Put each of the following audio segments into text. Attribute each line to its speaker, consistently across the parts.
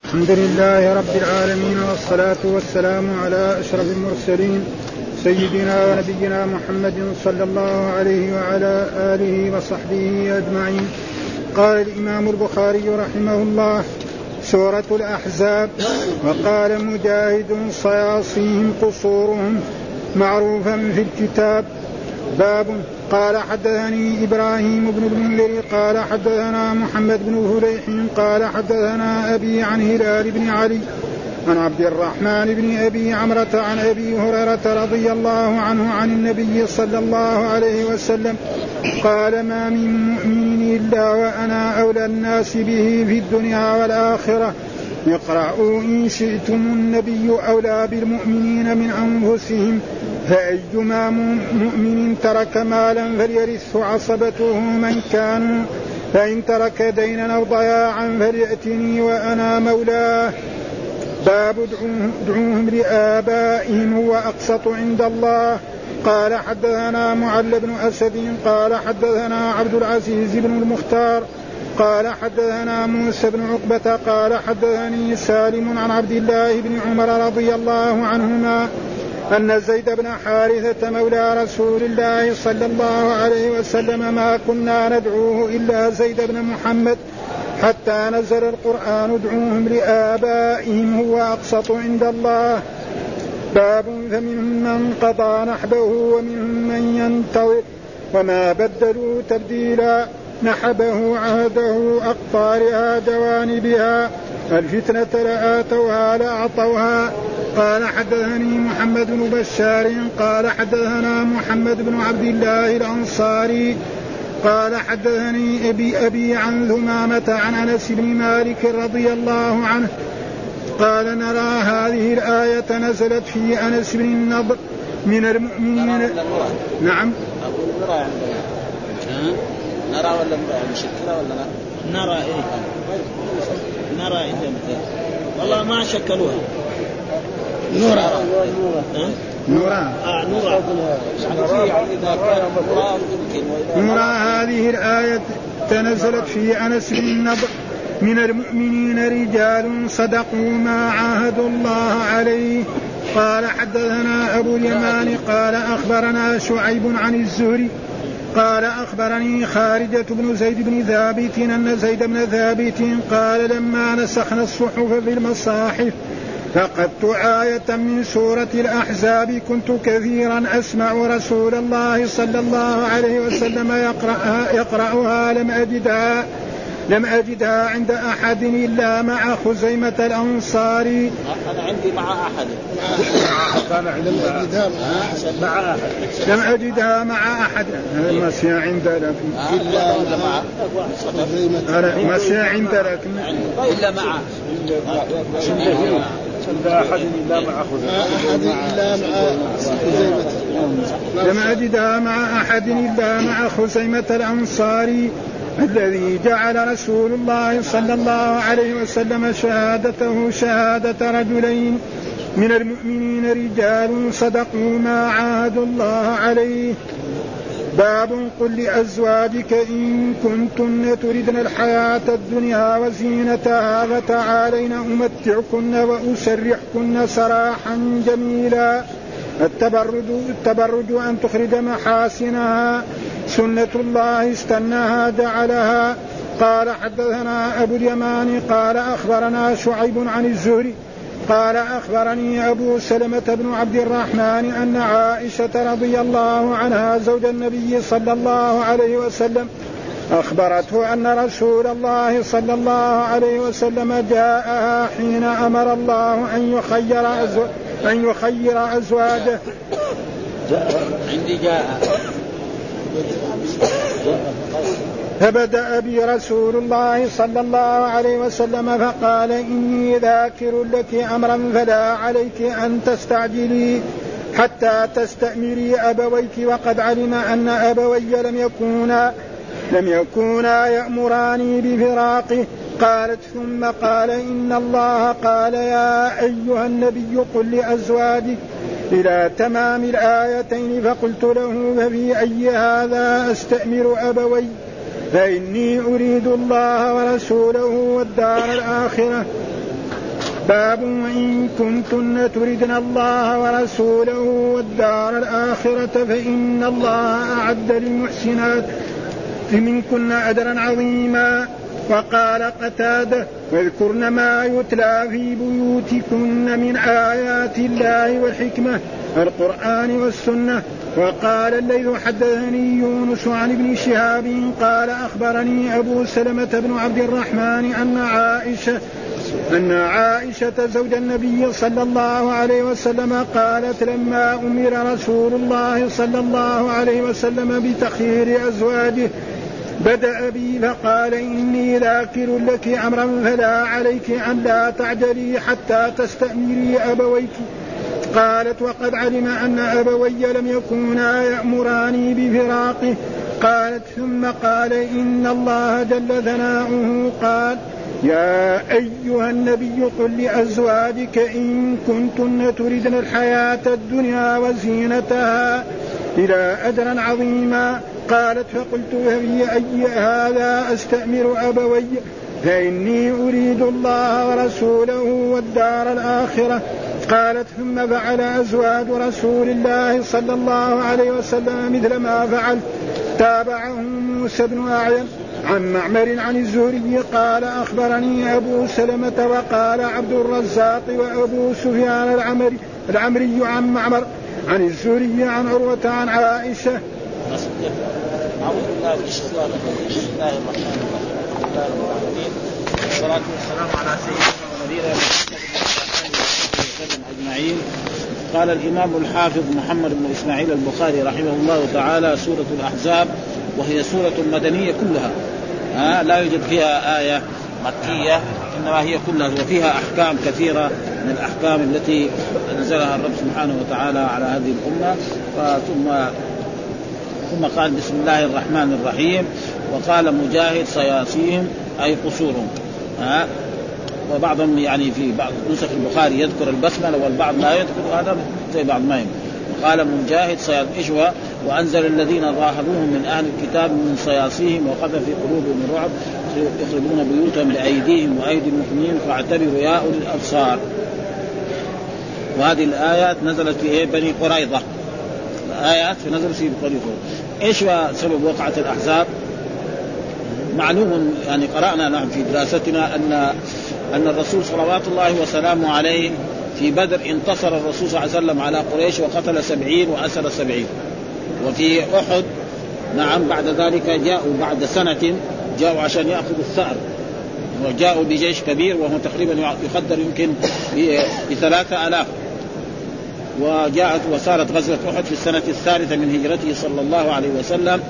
Speaker 1: الحمد لله رب العالمين والصلاة والسلام على أشرف المرسلين سيدنا ونبينا محمد صلى الله عليه وعلى آله وصحبه أجمعين. قال الإمام البخاري رحمه الله: سورة الأحزاب. وقال مجاهد: صياصيهم قصورهم معروفا في الكتاب. باب. قال حدثني إبراهيم بن المنذر قال حدثنا محمد بن فليح قال حدثنا أبي عن هلال بن علي عن عبد الرحمن بن أبي عمرة عن أبي هريرة رضي الله عنه عن النبي صلى الله عليه وسلم قال: ما من مؤمن إلا وأنا أولى الناس به في الدنيا والآخرة. اقرأوا إن شئتم، النبي أولى بالمؤمنين من أنفسهم، فأيما مؤمن ترك مالا فليرثه عصبته من كانوا، فإن ترك دينا أو ضياعا فليأتني وأنا مولاه. باب ادعوهم لآبائهم هو أقسط عند الله. قال حدثنا معل بن أسد قال حدثنا عبد العزيز بن المختار قال حدثنا موسى بن عقبة قال حدثني سالم عن عبد الله بن عمر رضي الله عنهما أن زيد بن حارثة مولى رسول الله صلى الله عليه وسلم ما كنا ندعوه إلا زيد بن محمد حتى نزل القرآن: ادعوهم لآبائهم هو أقسط عند الله. باب. فمنهم من قضى نحبه ومنهم من ينتظر وما بدلوا تبديلا. نحبه عهده أقطارها جوانبها، الفتنة لآتوها لأعطوها. قال حدثني محمد بن بشار قال حدثنا محمد بن عبد الله الأنصاري قال حدثني أبي عن ثمامة عن أنس بن مالك رضي الله عنه قال: نرى هذه الآية نزلت في أنس بن النضر من المؤمنين. نعم.
Speaker 2: نرى ولا مشكلة ولا لا؟
Speaker 3: نرى إيه؟ نرى إيه والله ما شكلوها.
Speaker 1: نورا هذه الآية تنزلت في أنس بن النضر من المؤمنين رجال صدقوا ما عاهدوا الله عليه. قال حدثنا أبو اليمان قال أخبرنا شعيب عن الزهري قال أخبرني خارجة بن زيد بن ثابت أن زيد بن ثابت قال: لما نسخنا الصحف في المصاحف فقدت آية من سورة الأحزاب كنت كثيرا أسمع رسول الله صلى الله عليه وسلم يقرأها لم أجدها عند أحد إلا مع خزيمة الأنصاري.
Speaker 2: أنا عندي مع أحد.
Speaker 1: لم أجدها مع أحد. المسيا عند لكن
Speaker 2: إلا مع
Speaker 1: مسيا عند لكن
Speaker 2: إلا مع
Speaker 3: أحد إلا مع
Speaker 1: لم أجدها مع أحد إلا مع خزيمة الأنصاري الذي جعل رسول الله صلى الله عليه وسلم شهادته شهادة رجلين من المؤمنين رجال صدقوا ما عاهدوا الله عليه. باب. قل لأزواجك إن كنتن تردن الحياة الدنيا وزينتها فتعالين أمتعكن وأسرحكن سراحا جميلا. التبرج أن تخرج محاسنها سنة الله استناها جعلها. قال حدثنا أبو اليمان قال أخبرنا شعيب عن الزهري قال أخبرني أبو سلمة بن عبد الرحمن أن عائشة رضي الله عنها زوج النبي صلى الله عليه وسلم أخبرته أن رسول الله صلى الله عليه وسلم جاءها حين أمر الله أن يخير أزواجه.
Speaker 2: عندي جاء
Speaker 1: فبدأ بي رسول الله صلى الله عليه وسلم فقال: إني ذاكر لك أمرا فلا عليك أن تستعجلي حتى تستأمري أبويك، وقد علم أن أبوي لم يكونا يأمراني بفراقه. قالت: ثم قال: إن الله قال يا أيها النبي قل لأزواجك إلى تمام الآيتين. فقلت له: ففي أي هذا أستأمر أبوي؟ فإني أريد الله ورسوله والدار الآخرة. باب وإن كنتن تردن الله ورسوله والدار الآخرة فإن الله أعد للمحسنات منكن أجرا عظيما. وقال قتادة واذكرن ما يتلى في بيوتكن من آيات الله والحكمة القرآن والسنة. وقال الليث حدثني يونس عن ابن شهاب قال أخبرني أبو سلمة بن عبد الرحمن أن عائشة زوج النبي صلى الله عليه وسلم قالت لما أمر رسول الله صلى الله عليه وسلم بتخيير أزواجه بدأ بي فقال إني ذاكر لك أمرا فلا عليك أن لا تعجلي حتى تستأمري أبويك. قالت وقد علم أن أبوي لم يكونا يأمراني بفراقه. قالت ثم قال إن الله جل ثناؤه قال يا أيها النبي قل لأزواجك إن كنتن تردن الحياة الدنيا وزينتها إلى أجرا عظيما. قالت فقلت ففي أي هذا أستأمر أبوي فإني أريد الله ورسوله والدار الآخرة. قالت ثم فعل أزواج رسول الله صلى الله عليه وسلم مثل ما فعل. تابعهم موسى بن أعين عن معمر عن الزهري قال أخبرني أبو سلمة وقال عبد الرزاق وأبو سفيان العمري عن معمر عن الزهري عن عروة عن عائشة.
Speaker 2: أعوذ بالله من الشيطان الرجيم. بسم الله الرحمن الرحيم. والصلاة والسلام على سيدنا ونبينا محمد أجمعين. قال الإمام الحافظ محمد بن إسماعيل البخاري رحمه الله تعالى سورة الأحزاب وهي سورة مدنية كلها لا يوجد فيها آية مكية إنما هي كلها وفيها أحكام كثيرة من الأحكام التي نزلها الرب سبحانه وتعالى على هذه الأمة. ثم قال بسم الله الرحمن الرحيم. وقال مجاهد صياصيهم أي قصورهم وبعضهم يعني في بعض نسخ البخاري يذكر البسملة والبعض لا يذكر هذا زي بعض ما يمكن. وقال مجاهد صياصيهم وأنزل الذين ظاهروهم من أهل الكتاب من صياصيهم وقذف في قلوبهم الرعب يخربون بيوتهم بأيديهم وأيدي المؤمنين فاعتبروا يا أولي الأبصار. وهذه الآيات نزلت في بني قريظة. الآيات نزلت في بني قريظة. إيش سبب وقعة الأحزاب؟ معلوم يعني قرأنا في دراستنا أن الرسول صلوات الله وسلامه عليه في بدر انتصر الرسول صلى الله عليه وسلم على قريش وقتل 70 وأسر 70. وفي أحد نعم بعد ذلك جاءوا بعد سنة جاءوا عشان يأخذوا الثأر وجاءوا بجيش كبير وهو تقريبا يقدر يمكن ب3000. وجاءت وصارت غزوة أحد في السنة الثالثة من هجرته صلى الله عليه وسلم.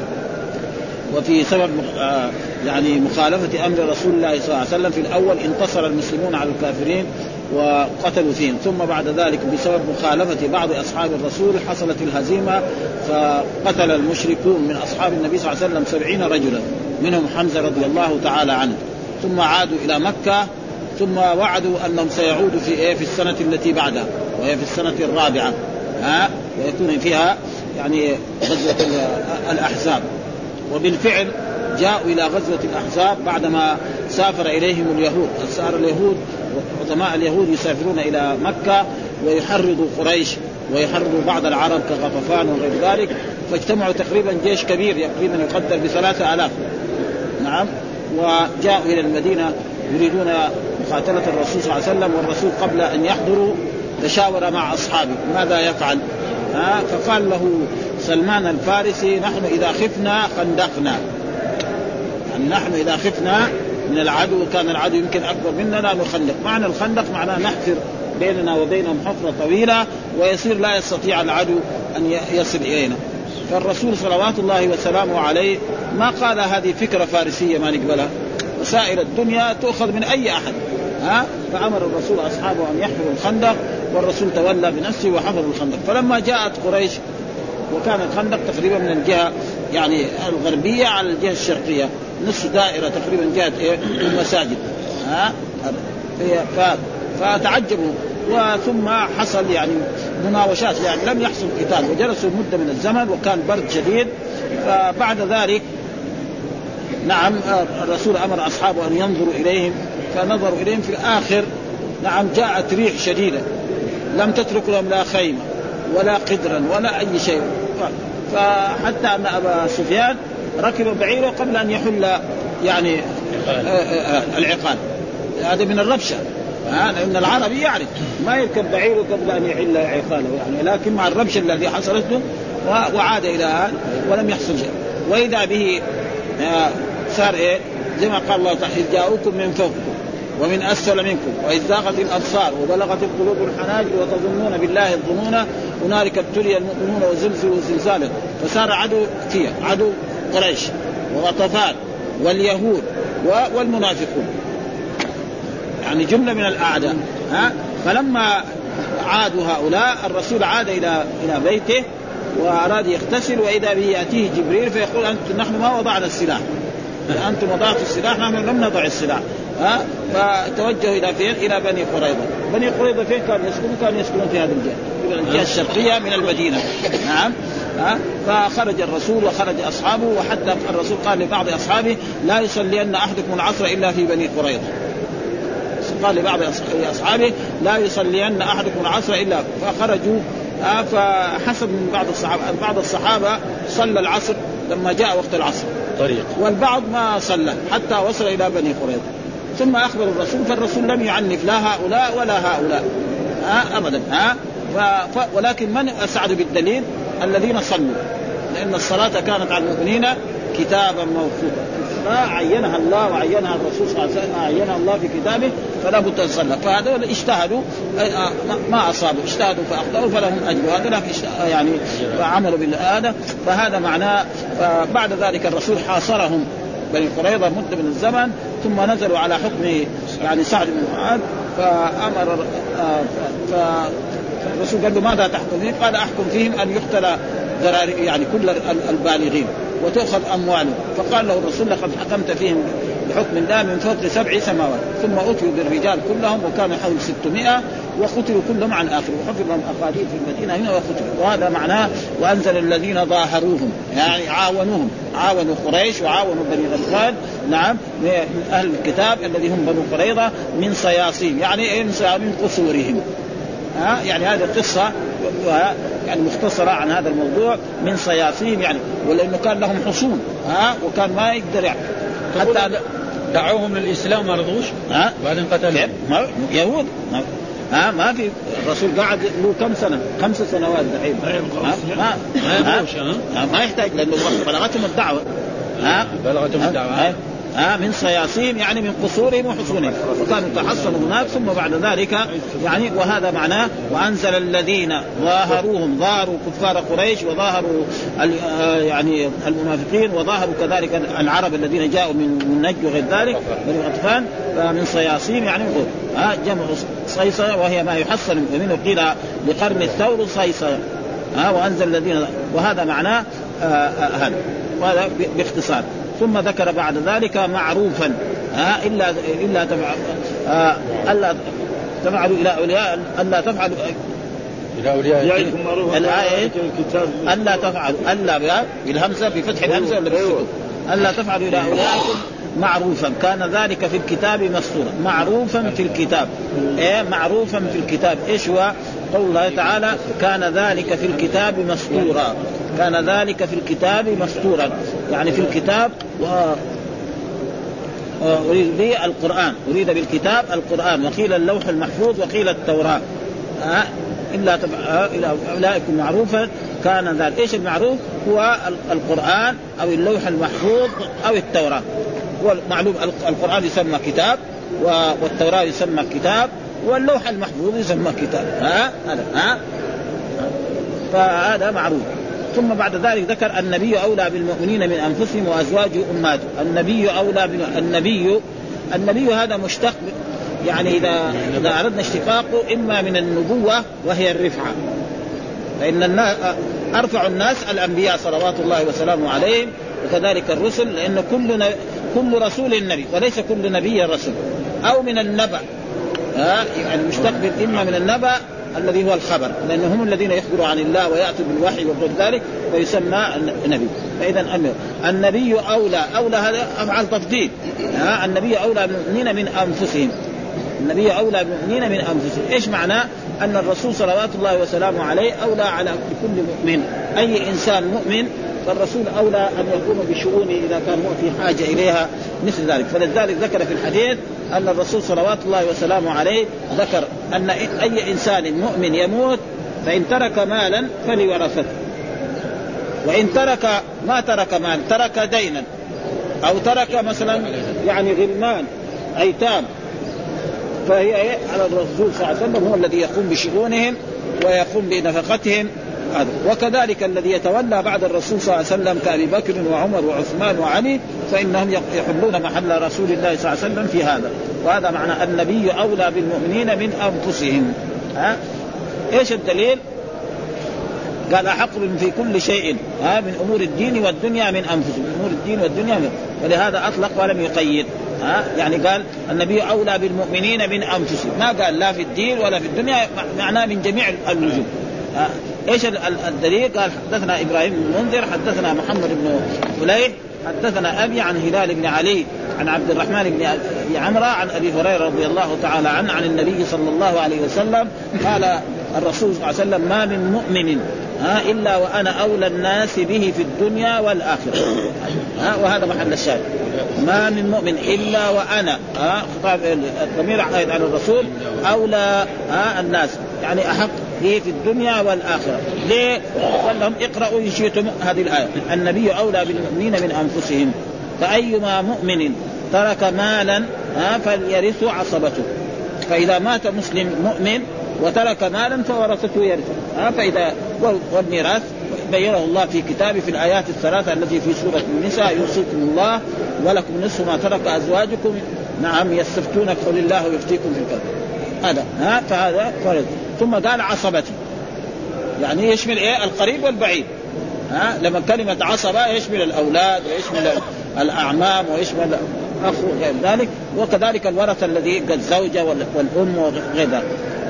Speaker 2: وفي سبب يعني مخالفة أمر رسول الله صلى الله عليه وسلم في الأول انتصر المسلمون على الكافرين وقتلوا فيهم. ثم بعد ذلك بسبب مخالفة بعض أصحاب الرسول حصلت الهزيمة فقتل المشركون من أصحاب النبي صلى الله عليه وسلم 70 رجلا منهم حمزة رضي الله تعالى عنه. ثم عادوا إلى مكة ثم وعدوا أنهم سيعودوا في السنة التي بعدها وهي في السنة الرابعة ويكون فيها يعني غزوة الأحزاب. وبالفعل جاءوا إلى غزوة الأحزاب بعدما سافر إليهم اليهود. سار اليهود وعظماء اليهود يسافرون إلى مكة ويحرضوا قريش ويحرضوا بعض العرب كغطفان وغير ذلك. فاجتمعوا تقريبا جيش كبير تقريبا يقدر ب3000 نعم. وجاءوا إلى المدينة يريدون مقاتلة الرسول صلى الله عليه وسلم. والرسول قبل أن يحضروا تشاور مع أصحابه ماذا يفعل. فقال له سلمان الفارسي نحن إذا خفنا خندقنا يعني نحن إذا خفنا من العدو كان العدو يمكن أكبر مننا نخندق. معنى الخندق معناه نحفر بيننا وبينهم حفرة طويلة ويصير لا يستطيع العدو أن يصل إلينا. فالرسول صلوات الله وسلامه عليه ما قال هذه فكرة فارسية ما نقبلها. وسائل الدنيا تؤخذ من أي أحد فأمر الرسول أصحابه أن يحفروا الخندق والرسول تولى بنفسه وحفر الخندق. فلما جاءت قريش وكان الخندق تقريبا من الجهة يعني الغربية على الجهة الشرقية نصف دائرة تقريبا جهة المساجد فتعجبوا. وثم حصل يعني مناوشات يعني لم يحصل قتال وجلسوا مدة من الزمن وكان برد شديد. فبعد ذلك نعم الرسول أمر أصحابه أن ينظروا إليهم فنظروا إليهم في الآخر نعم جاءت ريح شديدة لم تترك لهم لا خيمة ولا قدرا ولا أي شيء، فحتى أن أبا سفيان ركب بعيره قبل أن يحل يعني العقال. هذا من الربشة، لأن العربي يعرف ما يركب بعيره قبل أن يحل عقاله يعني، لكن مع الربشة الذي حصلت له وعاد إلى هذا ولم يحصل شيء. وإذا به صار إيه زي ما قال الله تعالى إذ جاءوكم من فوقكم ومن أسفل منكم وإذ زاغت الأبصار وبلغت القلوب الحناجر وتظنون بالله الظنون هنالك ابتلي المؤمنون وزلزلوا زلزالا. فصار عدو فيها عدو قريش وغطفان واليهود والمنافقون، يعني جملة من الأعداء. فلما عادوا هؤلاء الرسول عاد إلى بيته وأراد يغتسل، وإذا به يأتيه جبريل فيقول نحن ما وضعنا السلاح، أنتم وضعتوا السلاح نحن لم نضع السلاح. فتوجهوا إلى فين؟ إلى بني قريظة. بني قريظة فين كانوا يسكنون؟ كانوا يسكنون في هذه الجهة الشرقية من المدينة. نعم. فخرج الرسول وخرج أصحابه، وحتى الرسول قال لبعض أصحابه لا يصلين أحدكم العصر إلا في بني قريظة. قال لبعض أصحابه لا يصلين أحدكم العصر إلا، فخرجوا. فحسب من بعض الصحابة صلى العصر لما جاء وقت العصر طريق، والبعض ما صلى حتى وصل إلى بني قريظة. ثم أخبر الرسول، فالرسول لم يعنف لا هؤلاء ولا هؤلاء أبدا. ولكن من أسعد بالدليل؟ الذين صلوا، لأن الصلاة كانت على المؤمنين كتابا موقوتا، عينها الله وعينها الرسول صلى الله عليه وسلم، عينها الله في كتابه، فلا بد أن يصلى. فهذول اجتهدوا ما أصابوا، اجتهدوا فأخطأوا فلهم أجر، وهذول يعني عملوا بالآدة. فهذا معناه. بعد ذلك الرسول حاصرهم بني قريظة مدة من الزمن، ثم نزلوا على حكم يعني سعد بن معاذ. فأمر الرسول قال له ماذا تحكم فيهم؟ قال أحكم فيهم أن يقتل يعني كل البالغين وتأخذ أموالهم. فقال له الرسول لقد حكمت فيهم بحكم الله من فوق 7 سماوات. ثم أتوا بالرجال كلهم وكانوا حول 600 وقتلوا كلهم عن آخر، وحفظ لهم أقادير في المدينة هنا وقتلوا. وهذا معناه وأنزل الذين ظاهروهم، يعني عاونوهم، عاونوا قريش وعاونوا بني غطفان. نعم، من أهل الكتاب الذي هم بنو قريظة من صياصيهم، يعني من قصورهم. يعني هذه القصة يعني مختصرة عن هذا الموضوع من صياصيهم، يعني ولأنه كان لهم حصون وكان ما يقدر يعني حتى
Speaker 4: دعوهم للإسلام ما رضوش بعدين قتلوا
Speaker 2: يهود. ما في الرسول قاعد له كم سنة؟ 5 سنوات دحين. ما يحتاج، لأنه بلغتهم الدعوة.
Speaker 4: بلغتهم الدعوة
Speaker 2: من صياصيهم، يعني من قصورهم وحصونهم، وكانوا تحصنوا هناك. ثم بعد ذلك يعني وهذا معناه وأنزل الذين ظاهروهم، ظاهروا كفار قريش وظاهروا يعني المنافقين وظاهروا كذلك العرب الذين جاءوا من نجد وغير ذلك بني غطفان. من صياصيهم يعني جمع صيصة، وهي ما يحصن منه، قيل لقرن الثور صيصة. وأنزل الذين، وهذا معناه هذا، وهذا باختصار. ثم ذكر بعد ذلك معروفا إلا تفعلوا إلى أولياء، ألا تفعلوا
Speaker 4: إلى أوليائكم
Speaker 2: الآية ألا تفعلوا، ألا بالهمزة بفتح الهمزة ولا بالسكون، ألا تفعلوا إلى أوليائكم معروفا كان ذلك في الكتاب مسطورا. معروفا في الكتاب، معروفا في الكتاب. إيش هو؟ قول الله تعالى كان ذلك في الكتاب مسطورا. كان ذلك في الكتاب مسطورا، يعني في الكتاب. أريد به القرآن، أريد بالكتاب القرآن، وقيل اللوح المحفوظ وقيل التوراة. إلا إلى أولئكم معروفا كان ذلك. إيش المعروف؟ هو القرآن أو اللوح المحفوظ أو التوراة. هو معلوم القرآن يسمى كتاب، والتوراة يسمى كتاب، واللوح المحفوظ يسمى كتاب. فهذا معروف. ثم بعد ذلك ذكر النبي أولى بالمؤمنين من أنفسهم وأزواجه أمهاتهم. النبي أولى النبي هذا مشتق، يعني إذا أردنا اشتقاقه إما من النبوة وهي الرفعة، فإن أرفع الناس الأنبياء صلوات الله وسلامه عليهم، وكذلك الرسل، لأن كل رسول نبي وليس كل نبي رسول. أو من النبأ، يعني مشتق إما من النبأ الذي هو الخبر، لأنهم هم الذين يخبروا عن الله ويأتوا بالوحي وغير ذلك، ويسمى النبي. فإذا النبي أولى هذا أفعال تفضيل. النبي أولى من أنفسهم، النبي أولى بالمؤمنين من أنفسهم. إيش معناه؟ أن الرسول صلوات الله وسلامه عليه أولى على كل مؤمن. أي إنسان مؤمن فالرسول أولى أن يقوم بشؤونه إذا كان هو في حاجة إليها مثل ذلك. فلذلك ذكر في الحديث أن الرسول صلوات الله وسلامه عليه ذكر أن أي إنسان مؤمن يموت فإن ترك مالا فلورثته، وإن ترك ما ترك مال ترك دينا أو ترك مثلا يعني غلمان أيتام فهي على الرسول صلى الله عليه وسلم هو الذي يقوم بشؤونهم ويقوم بنفقتهم. وكذلك الذي يتولى بعد الرسول صلى الله عليه وسلم كأبي بكر وعمر وعثمان وعلي فإنهم يحلون محل رسول الله صلى الله عليه وسلم في هذا. وهذا معنى النبي أولى بالمؤمنين من أنفسهم. إيش الدليل؟ قال أحق في كل شيء من أمور الدين والدنيا من أنفسهم، أمور الدين والدنيا ولهذا أطلق ولم يقيد. يعني قال النبي أولى بالمؤمنين من أنفسهم، ما قال لا في الدين ولا في الدنيا، معناه من جميع الوجوه. ايش الدليل؟ قال حدثنا ابراهيم بن منذر حدثنا محمد بن فليح حدثنا ابي عن هلال بن علي عن عبد الرحمن بن ابي عمرو عن ابي هريره رضي الله تعالى عنه عن النبي صلى الله عليه وسلم قال الرسول صلى الله عليه وسلم ما من مؤمن الا وانا اولى الناس به في الدنيا والاخره. وهذا محل الشاهد، ما من مؤمن الا وانا خطاب الضمير عائد على الرسول اولى الناس يعني احق به في الدنيا والآخرة. ليه؟ قال لهم اقرأوا إن شئتم هذه الآية، النبي أولى بالمؤمنين من أنفسهم، فأيما مؤمن ترك مالا فليرث عصبته. فإذا مات مسلم مؤمن وترك مالا فورثته يرثه. فإذا والميراث بينه الله في كتابه في الآيات الثلاثة التي في سورة النساء يوصيكم الله ولكم نصف ما ترك أزواجكم نعم يستفتونك قل الله يفتيكم في الكتاب. هذا فهذا فرض. ثم قال عصبتي يعني يشمل ايه؟ القريب والبعيد. لما كلمة عصبة يشمل الأولاد ويشمل الأعمام ويشمل أخو غير ذلك، وكذلك الورثة الذي الزوجة والأم وغير ذلك.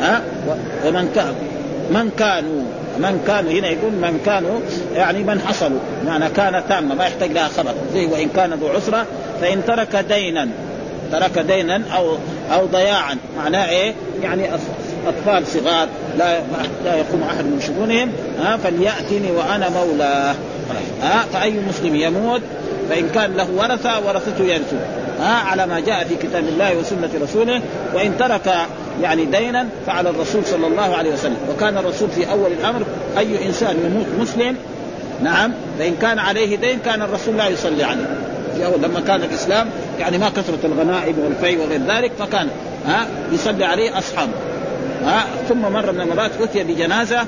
Speaker 2: من كانوا هنا يقول من كانوا يعني من حصلوا، معنى كان تامة ما يحتاج لها خبر، زي وإن كان ذو عسرة فإن ترك دينا أو ضياعا، معناه إيه؟ يعني أطفال صغار لا يقوم أحد من شؤونهم فليأتني وأنا مولاه. فأي مسلم يموت فإن كان له ورثته يرثه على ما جاء في كتاب الله وسنة رسوله. وإن ترك يعني دينا فعلى الرسول صلى الله عليه وسلم. وكان الرسول في أول الأمر أي إنسان يموت مسلم نعم فإن كان عليه دين كان الرسول لا يصلي عليه. في أول لما كان الإسلام يعني ما كثرة الغنائم والفي وغير ذلك فكان يصلي عليه أصحابه. ثم مرة من المرات أتي بجنازة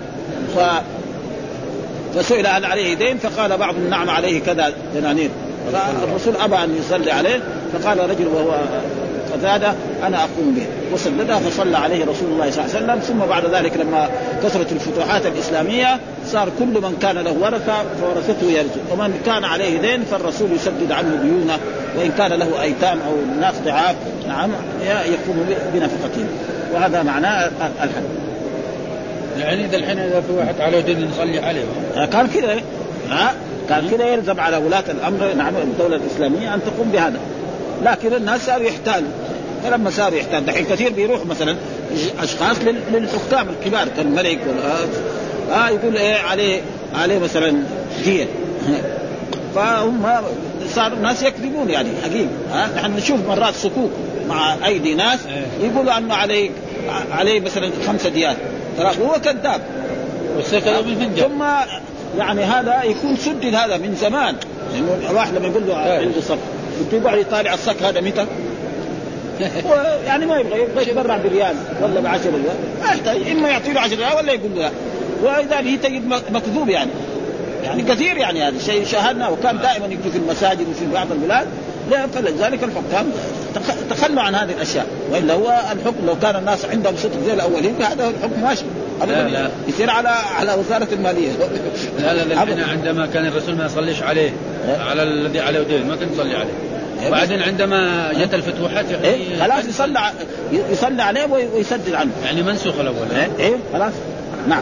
Speaker 2: فسئل هل عليه دين فقال بعضهم نعم عليه كذا دنانير، فالرسول أبى أن يصلي عليه فقال رجل وهو فزاد أنا أقوم به وسددها فصلى عليه رسول الله صلى الله عليه وسلم. ثم بعد ذلك لما كثرت الفتوحات الإسلامية صار كل من كان له ورثة فورثته يرثه، ومن كان عليه دين فالرسول يسدد عنه ديونه، وإن كان له أيتام أو ناس ضعاف نعم يقوم بنفقتهم. وهذا معناه الحديث.
Speaker 4: يعني إذا الحين إذا في واحد عليه دين نصلي عليه
Speaker 2: كان كذا كان كذا يلزم على ولاة الأمر نعم الدولة الإسلامية أن تقوم بهذا. لكن الناس صاروا يحتالوا، فلما صاروا يحتالوا دحين كثير بيروح مثلا أشخاص للحكام الكبار كالملك يقول إيه عليه مثلا دية، فهم صار الناس يكذبون يعني حقيقي. نحن نشوف مرات صكوك مع أيدي ناس يقولوا أنه عليه مثلا 5 ديات، ترى هو كذاب. ثم يعني هذا يكون سدد هذا من زمان، يعني واحد لما يقول له عنده صف يقعد يطالع الصك هذا متى يعني ما يبغى يتبرع بريال ولا ب10 ريال، إما يعطي له 10 ريال ولا يقول له. وإذا به تجد مكذوب يعني كثير يعني هذا الشيء شاهدنا، وكان دائما يكتب في المساجد وفي بعض البلاد. فلذلك الحكام تخلوا عن هذه الأشياء، وإلا هو الحكم لو كان الناس عندهم صدق زي الأولين هذا الحكم ماشي
Speaker 4: لا.
Speaker 2: يصير على وزارة المالية.
Speaker 4: لا عندما كان الرسول ما يصليش عليه على الذي عليه دين ما كان يصلي عليه. وبعدين عندما جت الفتوحات
Speaker 2: خلاص يصلي عليه ويسدد عنه،
Speaker 4: يعني منسوخ الأول.
Speaker 2: خلاص نعم.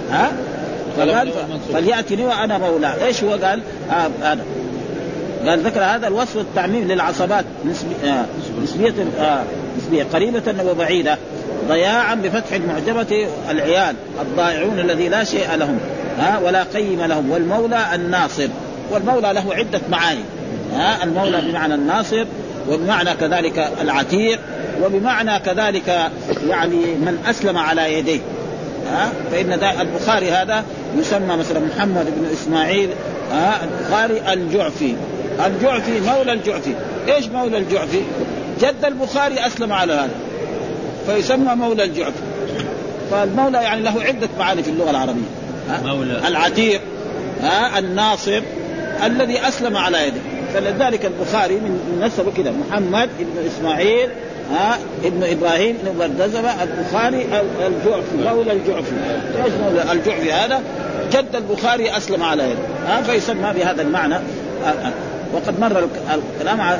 Speaker 2: فليأتني وأنا مولاه. إيش هو قال؟ قال ذكر هذا الوصف التعميم للعصبات نسبية نسبية قريبة وبعيدة. ضياعا بفتح المعجمة العيال الضائعون الذي لا شيء لهم ولا قيم لهم. والمولى الناصر، والمولى له عدة معاني. المولى بمعنى الناصر، وبمعنى كذلك العتيق، وبمعنى كذلك يعني من أسلم على يديه. فإن البخاري هذا يسمى مثلا محمد بن إسماعيل البخاري الجعفي. الجعفي مولى الجعفي. إيش مولى الجعفي؟ جد البخاري أسلم على هذا فيسمى مولى الجعفي. فالمولى يعني له عدة معاني في اللغة العربية. العتيق، الناصر، الذي أسلم على يده. فلذلك البخاري من نسبه كده محمد بن إسماعيل ابن إبراهيم بن بردزبة البخاري الجعفي مولى الجعفي. إيش مولى الجعفي؟ هذا جد البخاري أسلم على يده فيسمى بهذا المعنى. وقد مر الكلام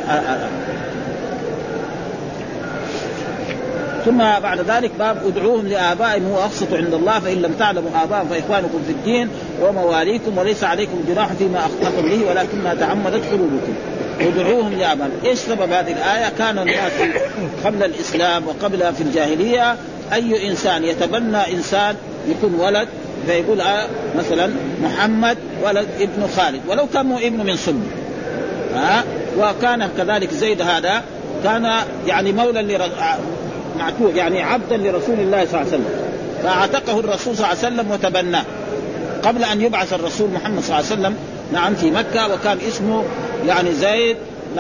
Speaker 2: ثم بعد ذلك باب ادعوهم لآبائهم هو أقسط عند الله فإن لم تعلموا آبائهم فإخوانكم في الدين ومواليكم وليس عليكم جناح فيما أخطأتم به ولكن ما تعمدت قلوبكم. ادعوهم لآبائهم. إيش سبب هذه الآية؟ كان الناس قبل الإسلام وقبل في الجاهلية أي إنسان يتبنى إنسان يكون ولد فيقول مثلا محمد ولد ابن خالد ولو كان ابن من سن. وكان كذلك زيد هذا كان يعني مولى معتوق يعني عبدا لرسول الله صلى الله عليه وسلم فاعتقه الرسول صلى الله عليه وسلم وتبناه قبل أن يبعث الرسول محمد صلى الله عليه وسلم في مكة. وكان اسمه يعني زيد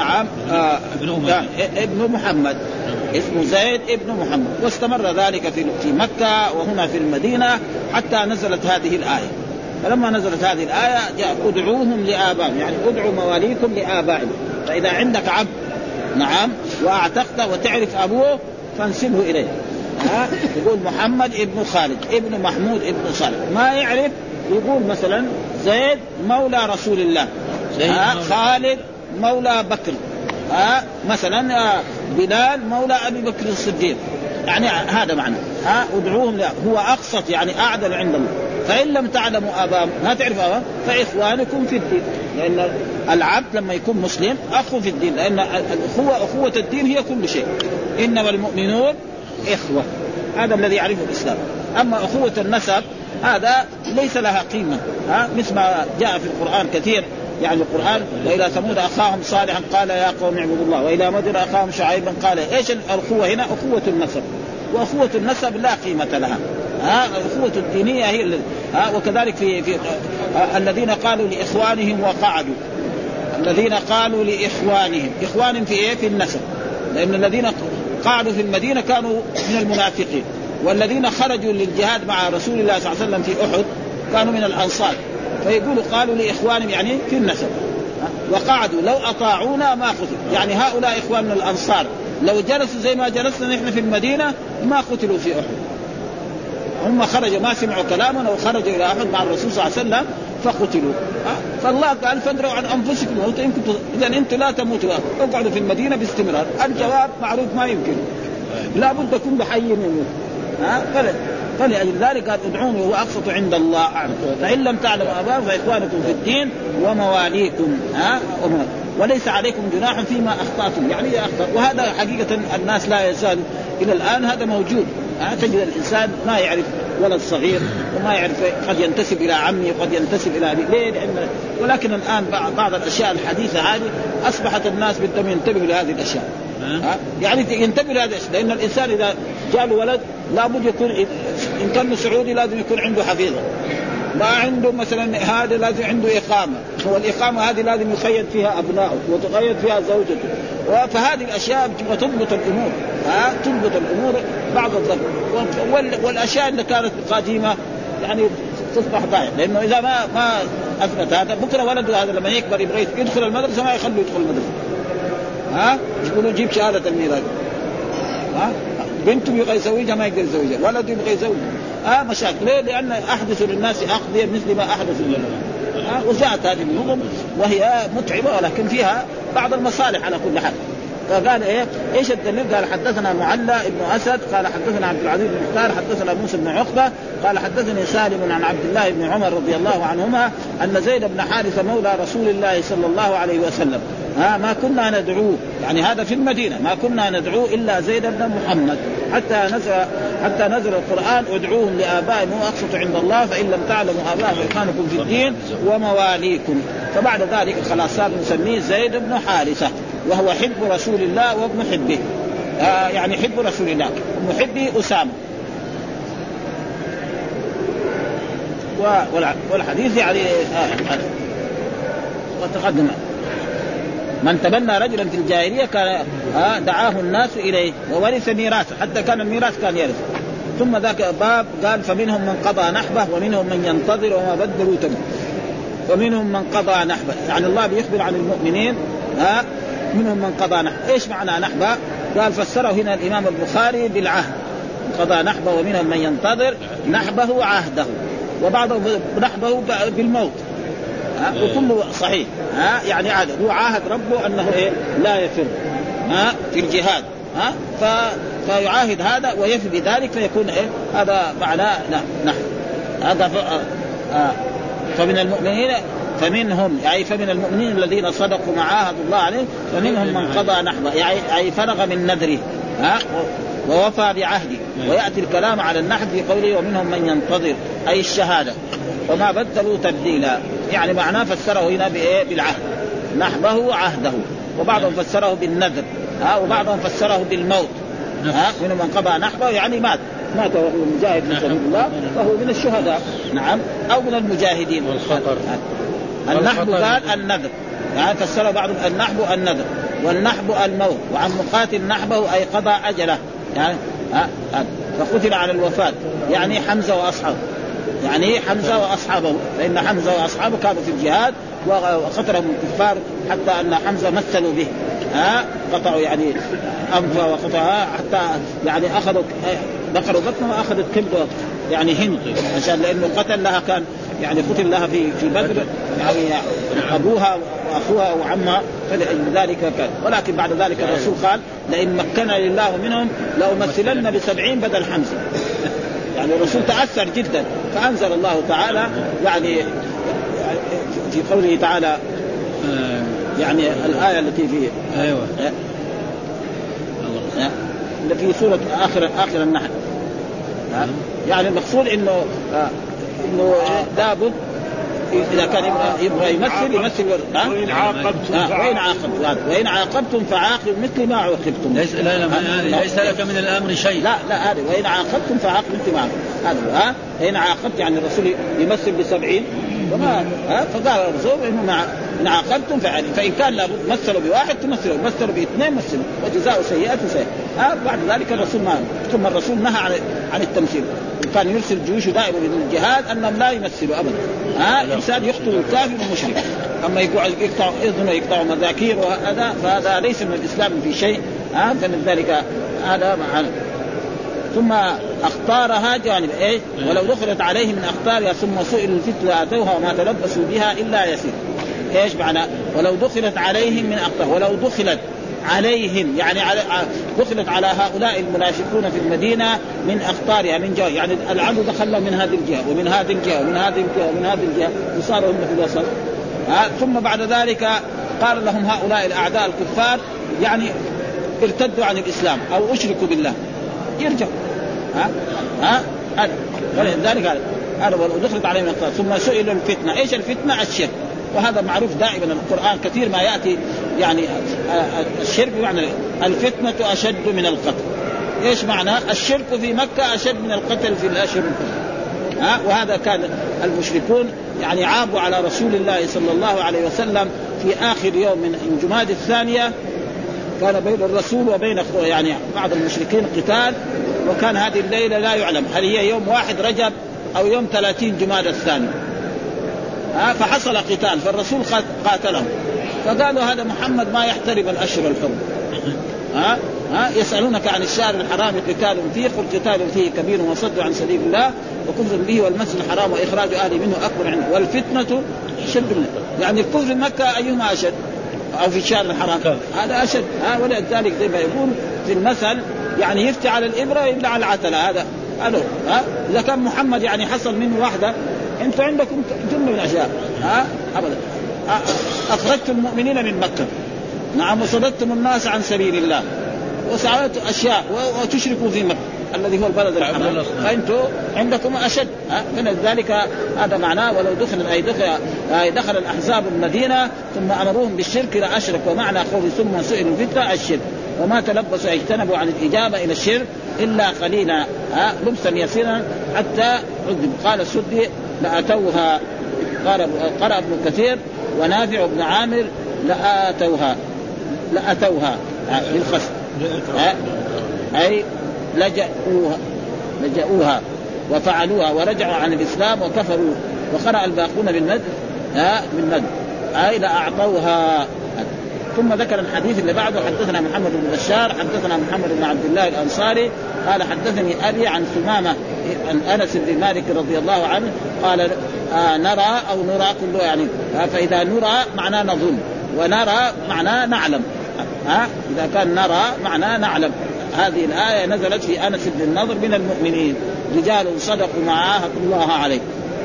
Speaker 2: ابن محمد، اسمه زيد ابن محمد. واستمر ذلك في مكة وهنا في المدينة حتى نزلت هذه الآية. فلما نزلت هذه الآية جاء ادعوهم لآبائهم يعني ادعوا مواليكم لآبائهم. فإذا عندك عبد واعتقت وتعرف أبوه فانسبه إليه. يقول محمد ابن خالد ابن محمود ابن صالح. ما يعرف يقول مثلا زيد مولى رسول الله، خالد مولى بكر، مثلا بلال مولى أبي بكر الصديق. يعني هذا معنى ادعوهم هو أقسط يعني أعدل عند الله. فإن لم تعلموا آباءهم ما تعرف آباءهم فإخوانكم في الدين. لأن العبد لما يكون مسلم أخو في الدين لأن أخوة الدين هي كل شيء. إنما المؤمنون إخوة هذا الذي يعرفه الإسلام. أما أخوة النسب هذا ليس لها قيمة. مثل ما جاء في القرآن كثير يعني القرآن وإلى ثمود أخاهم صالحا قال يا قوم اعبدوا الله وإلى مدين أخاهم شعيبا قال. إيش الأخوة هنا؟ أخوة النسب. وأخوة النسب لا قيمة لها. الأخوة الدينية هي وكذلك في الذين قالوا لإخوانهم وقعدوا. الذين قالوا لإخوانهم إخوانهم في إيه؟ في النسب. لأن الذين قعدوا في المدينة كانوا من المنافقين والذين خرجوا للجهاد مع رسول الله صلى الله عليه وسلم في أحد كانوا من الأنصار. فيقولوا قالوا لإخوانهم يعني في النسب. وقعدوا لو أطاعونا ما قتلوا يعني هؤلاء إخواننا الأنصار لو جلسوا زي ما جلسنا نحن في المدينة ما قتلوا في أحد. هم خرجوا ما سمعوا كلامنا وخرجوا إلى أحد مع الرسول صلى الله عليه وسلم فقتلوا. فالله قال فادروا عن أنفسكم إذا أنتم لا تموتوا اقعدوا في المدينة باستمرار. الجواب معروف ما يمكن لا بد كل حي يموت. فلذلك قال ادعوني هو أقسط عند الله فإن لم تعلموا آباءهم فإخوانكم في الدين ومواليكم وليس عليكم جناح فيما أخطأتم يعني أخطأ. وهذا حقيقة الناس لا يزال إلى الآن هذا موجود. تجد الإنسان ما يعرف ولد صغير وما يعرف قد ينتسب إلى عمي وقد ينتسب إلى أبي ليه؟ ولكن الآن بعض الأشياء الحديثة هذه أصبحت الناس بدهم ينتبهوا لهذه الأشياء. يعني ينتبه لهذا الشيء لأن الإنسان إذا جاء له ولد لابد يكون إن كان سعودي لازم يكون عنده حفيظة. ما عنده مثلا هذا لازم عنده إقامة والإقامة هذه لازم يقيد فيها أبنائه وتقيد فيها زوجته. فهذه الأشياء تضبط الأمور تضبط الأمور بعض الضبط. والأشياء اللي كانت قديمة يعني تصبح ضائع لأنه إذا ما أثبت هذا بكرة ولده هذا لما يكبر يبغى يدخل المدرسة ما يخلوا يدخل المدرسة. يقولوا جيب شهادة الميلاد. بنته يبغى يزوجها ما يقدر يزوجها ولده يبغى يزوجها. مشاكل ليه؟ لأن أحدثوا للناس أقضية مثل ما أحدثوا لنا. وجاءت هذه النظم وهي متعبة ولكن فيها بعض المصالح على كل حال. فقال ايش الدليل؟ قال حدثنا معلى ابن اسد قال حدثنا عبد العزيز بن مختار حدثنا موسى بن عقبه قال حدثني سالم عن عبد الله بن عمر رضي الله عنهما ان زيد بن حارثه مولى رسول الله صلى الله عليه وسلم ما كنا ندعوه، يعني هذا في المدينة، ما كنا ندعوه إلا زيد بن محمد حتى نزل القرآن ادعوهم لآبائهم هو أقسط عند الله فإن لم تعلموا آبائهم فإخوانكم في الدين ومواليكم. فبعد ذلك خلاص صار نسميه زيد بن حارثة، وهو حب رسول الله وابن حبه، يعني حب رسول الله ومحبه أسامة. والحديث يعني وتقدم من تبنى رجلا في الجاهلية كان دعاه الناس إليه وورث ميراثه، حتى كان الميراث كان يرث. ثم ذاك باب قال فمنهم من قضى نحبه ومنهم من ينتظر وما بدلوا تبديلا. ومنهم من قضى نحبه، يعني الله بيخبر عن المؤمنين منهم من قضى نحبه. ايش معنى نحبه؟ قال فسره هنا الإمام البخاري بالعهد، قضى نحبه ومنهم من ينتظر نحبه عهده، وبعضهم نحبه بالموت، وكله صحيح. يعني هو عاهد ربه أنه لا يفر في الجهاد، فيعاهد هذا ويفي بذلك فيكون هذا معناه نحن هذا فمن المؤمنين فمنهم، يعني فمن المؤمنين الذين صدقوا ما عاهدوا الله عليه فمنهم من قضى نحبه، يعني فرغ من نذره ووفى بعهده. ويأتي الكلام على النحب في قوله ومنهم من ينتظر أي الشهادة وما بدلوا تبديلا، يعني معناه فسره هنا بالعهد نحبه عهده، وبعضهم فسره بالنذر وبعضهم فسره بالموت. منهم من قضى نحبه يعني مات وهو مجاهد في سبيل الله فهو من الشهداء، نعم، أو من المجاهدين والخطر. النحب قال النذر، يعني فسره بعضهم النحب النذر والنحب الموت. وعن مقاتل نحبه أي قضى أجله، يعني فقتل على الوفاة، يعني حمزة وأصحابه، يعني حمزة وأصحابه، فإن حمزة وأصحابه كانوا في الجهاد وقتلهم الكفار حتى أن حمزة مثلوا به، قطعوا يعني أنفه وقطعها حتى يعني أخذوا بقروا بطنه وأخذت كبده يعني هند، عشان لأنه قتل لها كان يعني قتل لها في بدر يعني أبوها وأخوها وعمها، فلذلك كان. ولكن بعد ذلك الرسول قال لئن مكن لله منهم لأمثلن ب70 بدل حمزة. يعني الرسول تأثر جدا، فأنزل الله تعالى يعني في قوله تعالى يعني الآية التي في في سورة آخر النحل، يعني المقصود إنه لابد إذا كان يبغى يمثل وإن عاقبتم فعاقبوا مثل ما عوقبتم.
Speaker 4: ليس لك من الأمر شيء.
Speaker 2: لا هذا وإن عاقبتم فعاقبوا مثل ما هذا إن عاقبت يعني الرسول يمثل ب70 وما فقال الرسول إن عاقبتم فإن كان لابد مثلوا بواحد تمثلوا، مثلوا باثنين مثلوا، وجزاء سيئات سيئة. بعد ذلك الرسول ثم الرسول نهى عن التمثيل، كان يرسل جيوشه دائما للجهاد أنهم لا يمثلوا أبدا. الإنسان يقتل الكافر والمشرك، أما يقطع إذنه يقطع مذاكير وهذا فهذا ليس من الإسلام في شيء. فمن ذلك هذا معنا. ثم اختارها جانب ولو دخلت عليه من اختارها ثم سئلوا الفتنة اتوها وما تلبسوا بها الا يسير. ايش معنى ولو دخلت عليهم من اختار؟ ولو دخلت عليهم يعني دخلت على هؤلاء المنافقون في المدينة من اختارها من جهة، يعني العدو دخل من هذه الجهة ومن هذه الجهة ومن هذه الجهة ومن هذه الجهة وصاروا هم في الوسط. ثم بعد ذلك قال لهم هؤلاء الاعداء الكفار يعني ارتدوا عن الاسلام او اشركوا بالله يرجع ولذلك هذا ولو دخلت عليهم القتال ثم سئلوا الفتنة. ايش الفتنة؟ الشرك، وهذا معروف دائما القرآن كثير ما يأتي يعني الشرك بمعنى الفتنة أشد من القتل. ايش معنى؟ الشرك في مكة أشد من القتل في الأشهر الحرم. وهذا كان المشركون يعني عابوا على رسول الله صلى الله عليه وسلم في آخر يوم من جماد الثانية، كان بين الرسول وبين يعني بعض المشركين قتال، وكان هذه الليلة لا يعلم هل هي يوم 1 رجب أو يوم 30 جماد الثاني. فحصل قتال فالرسول قاتلهم، فقالوا هذا محمد ما يحترم الأشهر الحرم. يسألونك عن الشهر الحرام قتال فيه قل قتال فيه كبير وصد عن سبيل الله وكفر به والمسجد الحرام وإخراج أهله منه أكبر عنده والفتنة أشد منه. يعني الكفر في مكة أيهما أشد؟ أو في الشهر الحرام هذا أشد. ولذلك زي ما يقول في المثل يعني يفتي على الإبرة ويبلع على العتلة. هذا إذا كان محمد يعني حصل منه واحدة أنتم عندكم جملة من الأشياء. أبدا أخرجت المؤمنين من مكة نعم وصددتم الناس عن سبيل الله وسعيتم أشياء وتشركوا في مكة الذي هو البلد الحرام فأنتم عندكم أشد. من ذلك هذا معناه ولو دخل الأحزاب المدينة ثم أمروهم بالشرك لأشركوا معنى قول ثم سئلوا الفتنة الشرك وما تلبسوا اجتنبوا عن الإجابة إلى الشرك إلا قليلا لبسا يسيرا حتى عذب. قال السدي لأتوها قرأ ابن كثير ونافع بن عامر لأتوها بالخصم أي لجأوها وفعلوها ورجعوا عن الإسلام وكفروا. وقرأ الباقون بالمد أي لأعطوها. ثم ذكر الحديث اللي بعده حدثنا محمد بن بشار حدثنا محمد بن عبد الله الأنصاري قال حدثني أبي عن ثمامة عن أنس بن مالك رضي الله عنه قال نرى أو نرى كله يعني فإذا نرى معناه نظن ونرى معناه نعلم إذا كان نرى معناه نعلم. هذه الآية نزلت في أنس بن النضر من المؤمنين رجال صدقوا ما عاهدوا الله عليه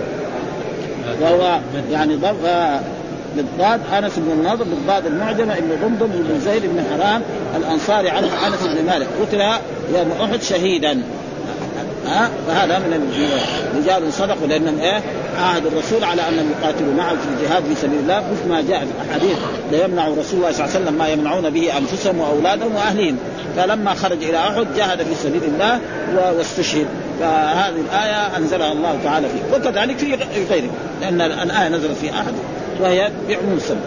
Speaker 2: وهو يعني ضرب بالضاد أنس بن النضر بالضاد المعجمة ابن ضمضم بن زيد بن حرام الأنصاري عنه أنس بن مالك قتل يوم أحد شهيدا. فهذا من رجال صدقوا لأنهم عاهد الرسول على أن يقاتلوا معه في الجهاد في سبيل الله مثل ما جاء في الأحاديث لا يمنع رسول الله صلى الله عليه وسلم ما يمنعون به أنفسهم وأولادهم وأهلهم. فلما خرج إلى أحد جاهد في سبيل الله واستشهد. فهذه الآية أنزلها الله تعالى فيه وكذلك في غيره لأن الآية نزلت في أحد وهي بعموم السبب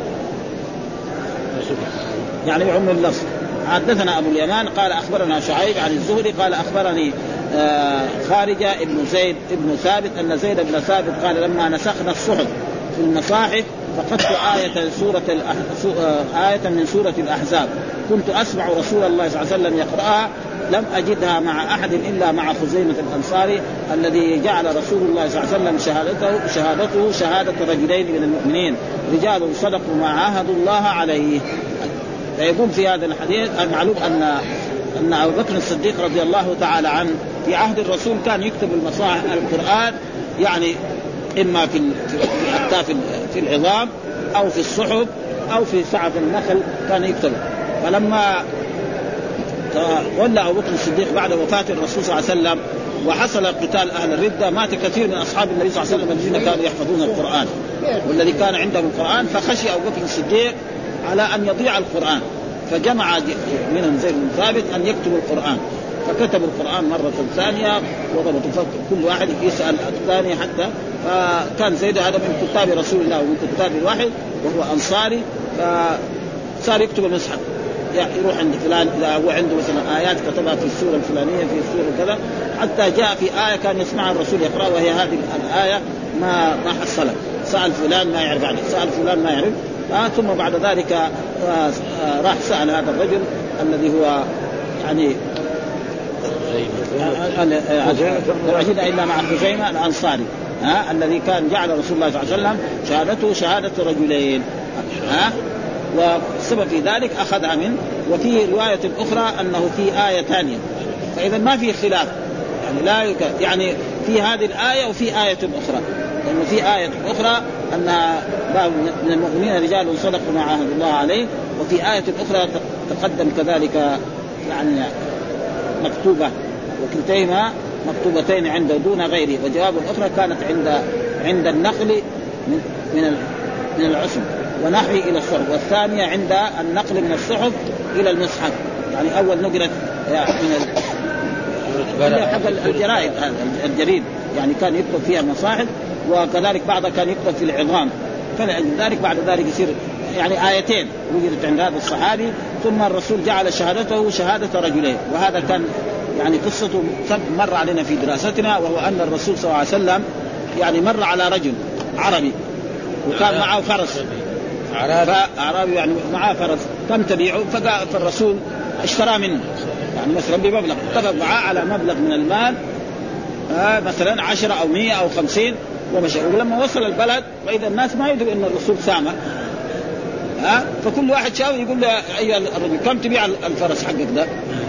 Speaker 2: يعني بعموم اللفظ. حدثنا أبو اليمان قال أخبرنا شعيب عن الزهري قال أخبرني خارجة ابن زيد ابن ثابت أن زيد بن ثابت قال لما نسخنا الصحف في المصاحف فقدت آية من سورة الأحزاب كنت أسمع رسول الله صلى الله عليه وسلم يقرأها لم أجدها مع أحد إلا مع خزيمة الأنصاري الذي جعل رسول الله صلى الله عليه وسلم شهادته شهادة رجلين من المؤمنين رجال صدقوا ما عاهدوا الله عليه. فيقول في هذا الحديث المعلوم أن أبو بكر الصديق رضي الله تعالى عنه في عهد الرسول كان يكتب المصاحف القرآن يعني إما في أكتاف في العظام أو في الصحف أو في سعف النخل كان يكتب. فلما تولى أبو بكر الصديق بعد وفاة الرسول صلى الله عليه وسلم وحصل قتال أهل الردة مات كثير من أصحاب النبي صلى الله عليه وسلم الذين كانوا يحفظون القرآن والذي كان عندهم القرآن فخشي أبو بكر الصديق على أن يضيع القرآن فجمع منهم زيد بن ثابت أن يكتبوا القرآن فكتبوا القرآن مرة ثانية وضبطوا كل واحد يسأل الثاني حتى فكان زيد هذا من كتاب رسول الله ومن كتاب الوحي وهو أنصاري فصار يكتب المصحف يروح عند فلان إذا هو عنده مثلا آيات كتبها في السورة الفلانية في السورة كذا حتى جاء في آية كان يسمعها الرسول يقرأ وهي هذه الآية ما حصلت سأل فلان ما يعرف عنه سأل فلان ما يعرف ثم بعد ذلك راح سأل هذا الرجل الذي هو يعني أجد إلا مع خزيمة الأنصاري الذي كان جعل رسول الله صلى الله عليه وسلم شهادته شهادة رجلين والسبب في ذلك أخذها منه. وفي رواية أخرى أنه في آية ثانية فإذا ما في خلاف يعني لا يعني في هذه الآية وفي آية أخرى لأنه في آية أخرى أن من المؤمنين رجال صدقوا ما عاهدوا الله عليه وفي آية أخرى تقدم كذلك يعني مكتوبة وكلتيهما مكتوبتين عنده دون غيره. وجواب الأخرى كانت عند النقل من العصم ونحوه إلى الصحف والثانية عند النقل من الصحف إلى المصحف يعني أول نقلت من حق الجرائد الجريد يعني كان يكتب فيها المصاحف وكذلك بعضها كان يكتب في العظام فلذلك بعد ذلك يصير يعني آيتين وجدت عند هذا الصحابي ثم الرسول جعل شهادته شهادة رجلين. وهذا كان يعني قصته مر علينا في دراستنا وهو أن الرسول صلى الله عليه وسلم يعني مر على رجل عربي وكان معه فرس أعرابي يعني معه فرس كم تبيعه فالرسول اشترى منه يعني مثلا بمبلغ اتفق معه على مبلغ من المال مثلا 10 أو 100 أو 50 ومشى. ولما وصل البلد وإذا الناس ما يدروا أن الرسول سامع فكل واحد شاف يقول له أيها الرجل كم تبيع الفرس حقك ده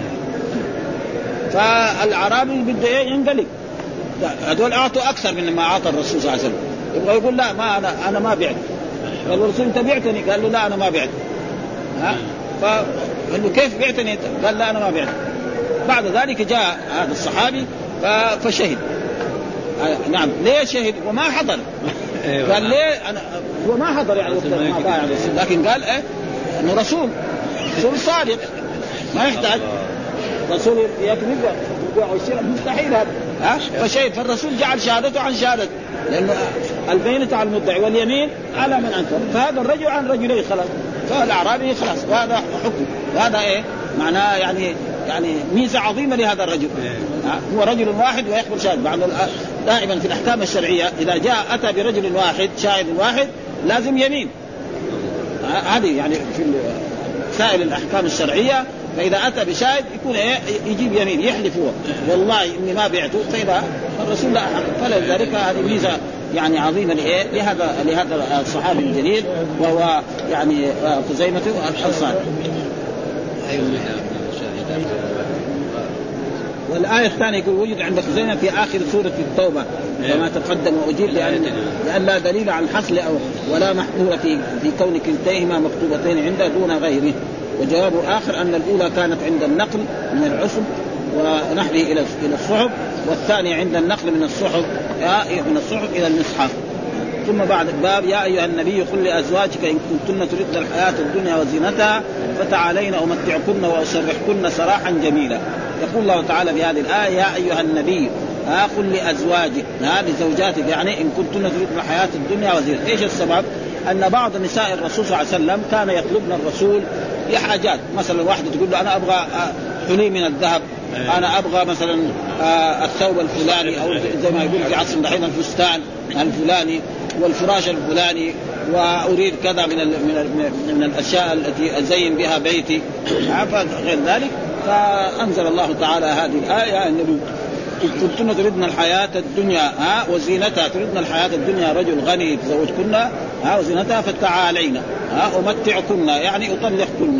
Speaker 2: فالعربي بده ينقلق هذول أعطوا أكثر من ما أعطى الرسول صلى الله عليه وسلم يبغى يقول لا ما أنا ما بعت. قال الرسول أنت بعتني قال له لا أنا ما بعت فقال له كيف بعتني؟ قال لا أنا ما بعت. بعد ذلك جاء هذا الصحابي فشهد. نعم ليه شهد وما حضر؟ قال ليه أنا هو ما حضر يعني ما باع الرسول، لكن قال إنه رسول صادق ما يحتاج رسول يكذب ويشير مستحيل هذا فشهد. فالرسول جعل شهادته عن شهادته، لأنه البينة على المدعي واليمين على من أنكر. فهذا الرجل عن رجلين خلاص، فالأعرابي خلاص. وهذا حكم، وهذا معناه يعني ميزة عظيمة لهذا الرجل. هو رجل واحد ويقبل شاهد. بعد دائما في الأحكام الشرعية إذا جاء أتى برجل واحد شاهد واحد لازم يمين. هذه يعني في سائل الأحكام الشرعية، فإذا أتى بشاهد يكون يجيب يمين يحلف هو والله إني ما بعته، فإذا الرسول لا أحد. فلذلك هذه ميزة يعني عظيمة لهذا الصحابي الجليل وهو يعني خزيمة الأنصاري. والآية الثانية يقول وجد عند خزيمة في آخر سورة التوبة كما تقدم وأجيب، لأن لا دليل عن الحصل ولا محظور في كون كلتيهما مكتوبتين عنده دون غيره. وجواب آخر أن الأولى كانت عند النقل من العصب ونحوه إلى الصحف، والثانية عند النقل من الصحف إلى المصحف. ثم بعد الباب يا أيها النبي قل لأزواجك إن كنتن تردن الحياة الدنيا وزينتها فتعالين أمتعكن وأسرحكن سراحا جميلا. يقول الله تعالى بهذه الآية يا أيها النبي قل لأزواجك لزوجاتك، يعني إن كنتن تردن الحياة الدنيا وزينتها. إيش السبب؟ أن بعض نساء الرسول صلى الله عليه وسلم كان يطلبن الرسول لحاجات، مثلا واحدة تقول له أنا أبغى حلي من الذهب، أنا أبغى مثلا الثوب الفلاني، أو زي ما يقول في عصر دحين الفستان الفلاني والفراش الفلاني، وأريد كذا من الأشياء التي أزين بها بيتي غير ذلك. فأنزل الله تعالى هذه الآية النبي كنتن تردن الحياة الدنيا وزينتها، تردن الحياة الدنيا رجل غني تزوجكن وزينتها فتعالين أمتعكن يعني أطلقكن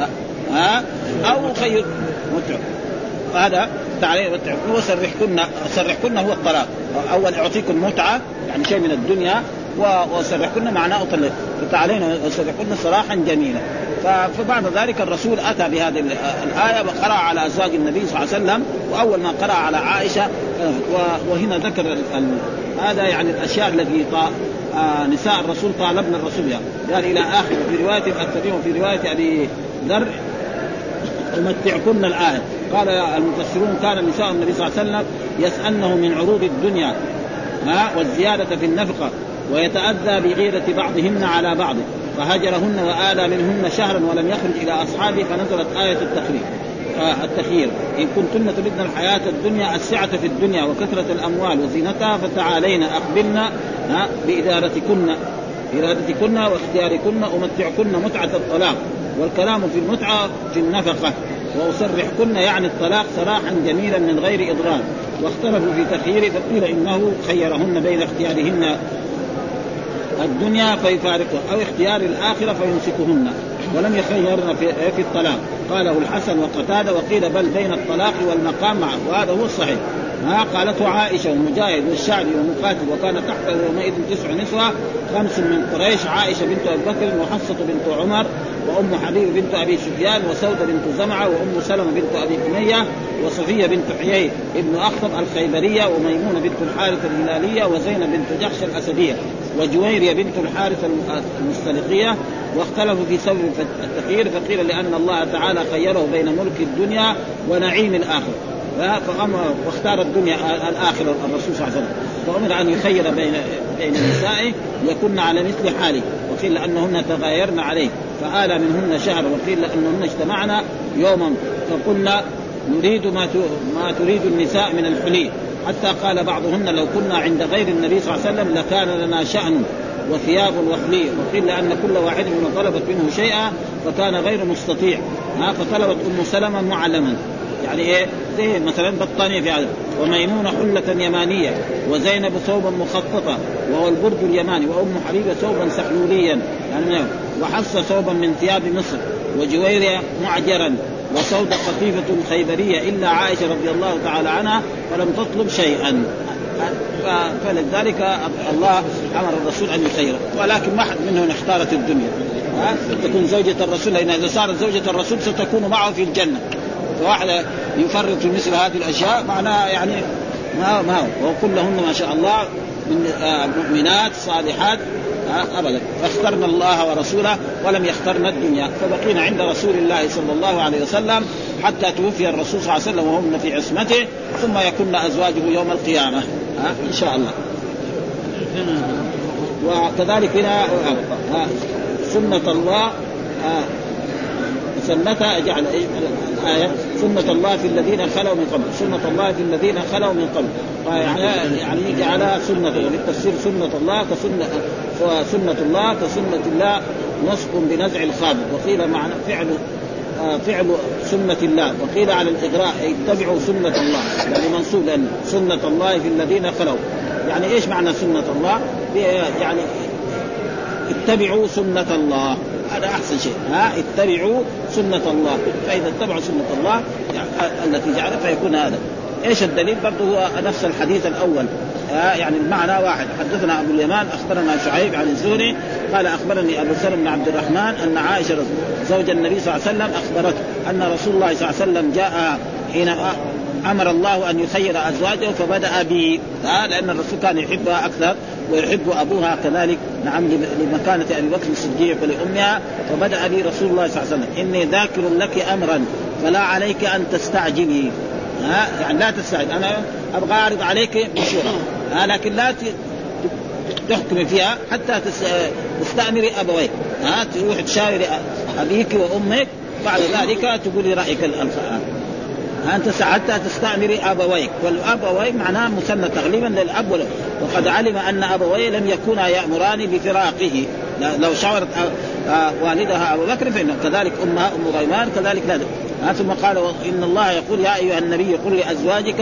Speaker 2: أو خير متع، هذا تعالين متعكن وسرحكن هو الطلاق. أول أعطيكم متعة يعني شيء من الدنيا، وسرحكن معناه أطلق، فتعالين وسرحكن صراحا جميلا. فبعد ذلك الرسول أتى بهذه الآية وقرأ على أزواج النبي صلى الله عليه وسلم، وأول ما قرأ على عائشة. وهنا ذكر هذا يعني الأشياء التي نساء الرسول طالبن الرسول يعني إلى آخر. في رواية الترمذي وفي رواية أبي ذر أمتعكن الآية. قال المفسرون كان نساء النبي صلى الله عليه وسلم يسألنه من عروض الدنيا والزيادة في النفقة، ويتأذى بغيرة بعضهن على بعض، فهجرهن وآلى منهن شهرا ولم يخرج إلى أصحابه، فنزلت آية التخيير إن كنتن تردن الحياة الدنيا السعة في الدنيا وكثرة الأموال وزينتها فتعالين أخبرنا بإرادتكن واختياركن أمتعكن متعة الطلاق، والكلام في المتعة في النفقة، وأسرحكن يعني الطلاق سراحا جميلا من غير إضرار. واختلفوا في تخييره، فقيل إنه خيرهن بين اختيارهن الدنيا فيفارقها أو اختيار الآخرة فيمسكهن، ولم يخيرن في الطلاق. قاله الحسن وقتادة، وقيل بل بين الطلاق والمقام معه، وهذا هو الصحيح. قالته عائشة ومجاهد والشعبي ومقاتل، وكان تحته يومئذ 9 نسوة، 5 من قريش: عائشة بنت أبي بكر، وحفصة بنت عمر، وأم حبيب بنت أبي سفيان، وسودة بنت زمعة، وأم سلمة بنت أبي أمية، وصفية بنت حيي ابن أخطب الخيبرية، وميمونة بنت الحارث الهلالية، وزينب بنت جحش الأسدية، وجويرية بنت الحارث المستلقية. واختلفوا في سبب التخيير، فقيل لأن الله تعالى خيره بين ملك الدنيا ونعيم الآخرة، واختار الدنيا الآخرة الرسول صلى الله عليه وسلم، فأمر أن يخير بين نسائه يكن على مثل حاله. وقيل أنهن تغايرن عليه فآل منهن شهر، وقيل أنهن اجتمعنا يوما فقلنا نريد ما تريد النساء من الحلي، حتى قال بعضهن لو كنا عند غير النبي صلى الله عليه وسلم لكان لنا شأن وثياب وحلي. وقيل أن كل واحد من طلبت منه شيئا فكان غير مستطيع، فطلبت أم سلمة معلما، يعني زي مثلا بطانية في هذا، وميمونة حلة يمانية، وزينب ثوبا مخططة وهو البرد اليماني، وأم حبيبة ثوبا سحلوليا يعني، وحفصة ثوبا من ثياب مصر، وجويرية معجرا، وسودة قطيفة خيبرية، إلا عائشة رضي الله تعالى عنها فلم تطلب شيئا. فلذلك الله أمر الرسول أن يخيره، ولكن ما حد منهم اختارت الدنيا تكون زوجة الرسول، لأن إذا صارت زوجة الرسول ستكون معه في الجنة، فواحد يفرط في مثل هذه الأشياء معناها يعني ما هو وكلهن ما شاء الله من مؤمنات صالحات أبدا، فاخترنا الله ورسوله ولم يخترنا الدنيا، فبقينا عند رسول الله صلى الله عليه وسلم حتى توفي الرسول صلى الله عليه وسلم وهم في عصمته، ثم يكون أزواجه يوم القيامة إن شاء الله. وكذلك هنا سنة الله سنتها جعل الآية سنة الله في الذين خلوا من قبل، سنة الله في الذين خلوا من قبل، يعني جعلها سنة للتفسير سنة الله سنة الله كسنة الله نسق بنزع الخابر، وقيل معنى فعل سنة الله، وقيل على الإغراء اتبعوا سنة الله يعني منصوب لأن سنة الله في الذين خلوا. يعني إيش معنى سنة الله؟ يعني اتبعوا سنة الله، هذا أحسن شيء اتبعوا سنة الله، فإذا اتبعوا سنة الله يعني التي جعل فيكون هذا. إيش الدليل؟ برضه هو نفس الحديث الأول يعني المعنى واحد. حدثنا أبو اليمان أخبرنا شعيب عن الزهري قال أخبرني أبو سلمة بن عبد الرحمن أن عائشة زوج النبي صلى الله عليه وسلم أخبرته أن رسول الله صلى الله عليه وسلم جاء حين أمر الله أن يخير أزواجه فبدأ به لأن الرسول كان يحبها أكثر ويحب أبوها كذلك نعم لمكانة أبي بكر الصديق ولأمها، فبدأ به رسول الله صلى الله عليه وسلم إني ذاكر لك أمرا فلا عليك أن تستعجلي يعني لا تستعجل، أنا أبغى أعرض عليك مشورة لكن لا تحكم فيها حتى تستأمري أبويك تروح تشاوري أبيك وأمك بعد ذلك تقولي رأيك أنت حتى تستأمري أبويك، والأبوين معناه مثنى تغليبا للأب والأم، وقد علم أن أبويه لم يكونا يأمران بفراقه، لو شاورت والدها أبو بكر فإنه كذلك أمها أم غيمان كذلك لا. ثم قال إن الله يقول يا أيها النبي قل لأزواجك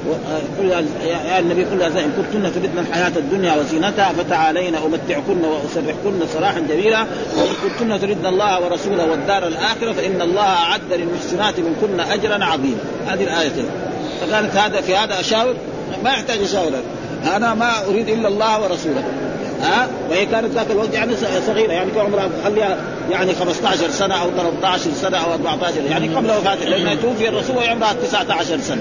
Speaker 2: يا النبي قل لأزواجك إن كنتن تردن الحياة الدنيا وزينتها فتعالين أمتعكن وأسرحكن سراحا جميلا، وإن كنتن تردن الله ورسوله والدار الآخرة فإن الله أعد للمحسنات منكن أجرا عظيما. هذه الآيتين. فقالت هذا في هذا أشاور ما يحتاج أشاور، أنا ما أريد إلا الله ورسوله وهي كانت ذاك الوقت يعني صغيرة يعني في عمرها خليها يعني 15 سنة أو 13 سنة أو 14 يعني قبل وفاته، لأنه توفي الرسول وعمرها 19 سنة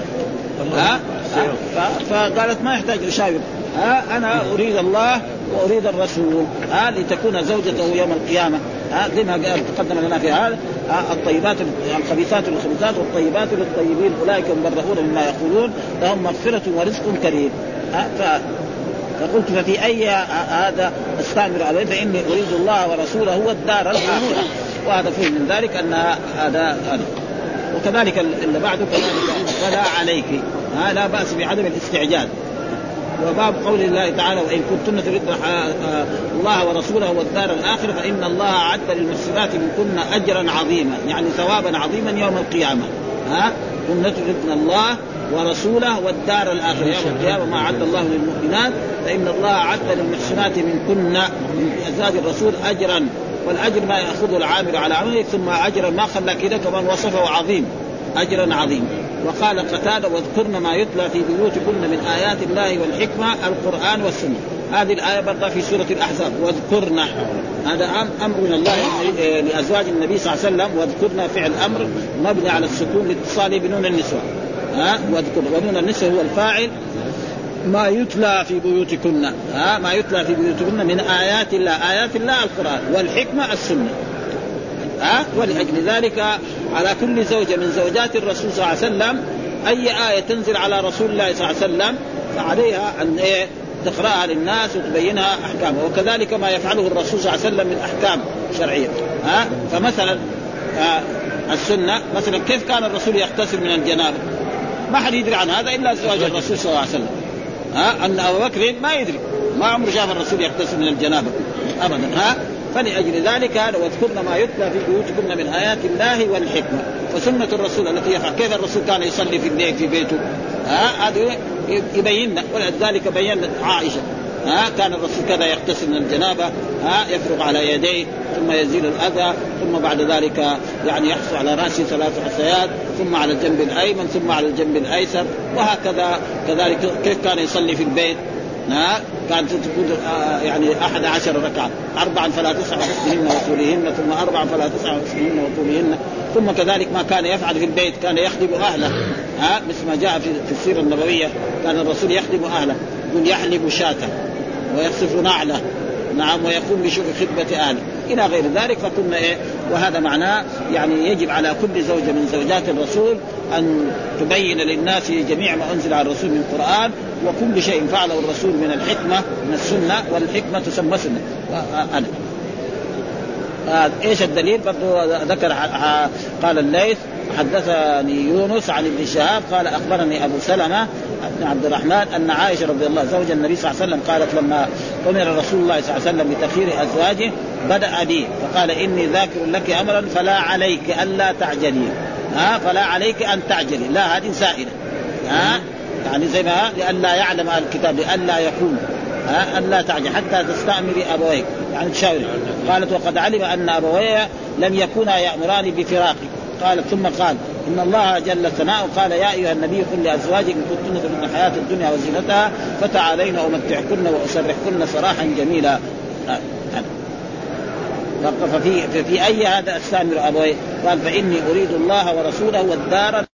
Speaker 2: فقالت ما يحتاج أشاور أنا أريد الله وأريد الرسول لتكون زوجته يوم القيامة لما قال تقدم لنا في هذا الطيبات الخبيثات للخبيثات والطيبات للطيبين أولئك مبرؤون مما يقولون لهم مغفرة ورزق كريم. فقلت ففي أي هذا استعمل عليه فإني أريد الله ورسوله هو الدار الآخرة، وهذا فيه من ذلك أن هذا وكذلك اللي بعده كذلك فلا عليك لا بأس بعدم الاستعجال. وباب قول الله تعالى وإن كنتن تردن الله ورسوله والدار الآخرة فإن الله أعد للمحسنات منكن أجرا عظيما يعني ثوابا عظيما يوم القيامة كن تردن الله ورسوله والدار الآخرة يوم القيامة ما أعد الله للمؤمنات فإن الله أعد للمحسنات منكن من أزواج الرسول أجرا، والأجر ما يأخذه العامل على عمله ثم أجرا ما خلى كده كمان وصفه عظيم أجرا عظيم. وقال قتادة واذكرن ما يتلى في بيوتكن من آيات الله والحكمة القرآن والسنة. هذه الآية برضه في سورة الأحزاب واذكرن، هذا أمر من الله لأزواج النبي صلى الله عليه وسلم، واذكرن فعل أمر مبني على السكون لاتصاله بنون النسوة واذكرن ونون النسوة هو الفاعل ما يتلى في بيوتكن ما يتلى في بيوتكن من آيات الله آيات الله القرآن والحكمة السنة ولأجل ذلك على كل زوجة من زوجات الرسول صلى الله عليه وسلم أي آية تنزل على رسول الله صلى الله عليه وسلم فعليها أن تقرأها للناس وتبينها أحكامها، وكذلك ما يفعله الرسول صلى الله عليه وسلم من أحكام شرعية فمثلا السنة مثلا كيف كان الرسول يغتسل من الجنابة ما حد يدري عن هذا إلا زواج الرسول صلى الله عليه وسلم أن أبو بكر ما يدري ما عمره شاف الرسول يغتسل من الجنابة أبدا فلأجل ذلك هذا واذكرن ما يتلى في بيوتكن من آيات الله والحكمة. فسنة الرسول التي يفعل كيف الرسول كان يصلي في الليل في بيته هذا يبين، ولذلك بين عائشة كان الرسول كذا يغتسل من الجنابة يفرغ على يديه ثم يزيل الأذى، ثم بعد ذلك يعني يحصل على رأسه 3 حصيات، ثم على الجنب الأيمن، ثم على الجنب الأيسر، وهكذا. كذلك كيف كان يصلي في البيت؟ كانت تكون يعني 11 ركعة، 4 فلا تسع حسنهن وطولهن، ثم 4 فلا تسع حسنهن وطولهن. ثم كذلك ما كان يفعل في البيت، كان يخدم أهله، مثل ما جاء في السيرة النبوية، كان الرسول يخدم أهله، يقول يحلب شاته ويصف نعله، نعم، ويقوم بخدمة أهله إلى غير ذلك. فكنا وهذا معناه يعني يجب على كل زوجة من زوجات الرسول أن تبين للناس جميع ما أنزل على الرسول من القرآن، وكل شيء فعله الرسول من الحكمة من السنة، والحكمة تسمى سنة. إيش الدليل؟ برضو ذكر قال الليث حدثني يونس عن ابن شهاب قال أخبرني أبو سلمة بن عبد الرحمن أن عائشة رضي الله زوج النبي صلى الله عليه وسلم قالت لما أمر رسول الله صلى الله عليه وسلم بتخيير أزواجه بدأ بي فقال إني ذاكر لك أمرا فلا عليك ألا تعجلي. فلا عليك أن تعجلي، لا هذه سائلة، يعني زي ما لألا يعلم الكتاب، لألا يكون ألا تعجل حتى تستأمري أبويك، يعني تشاوري. قالت وقد علم أن أبوي لم يكونا يأمراني بفراقي. قالت ثم قال إن الله جل ثناؤه قال يا أيها النبي قل لأزواجك إن كنتن تردن الحياة الدنيا وزينتها فتعالين أمتعكن وأسرحكن سراحا جميلا. ففي أي هذا أستأمر أبوي؟ قال فإني أريد الله ورسوله والدار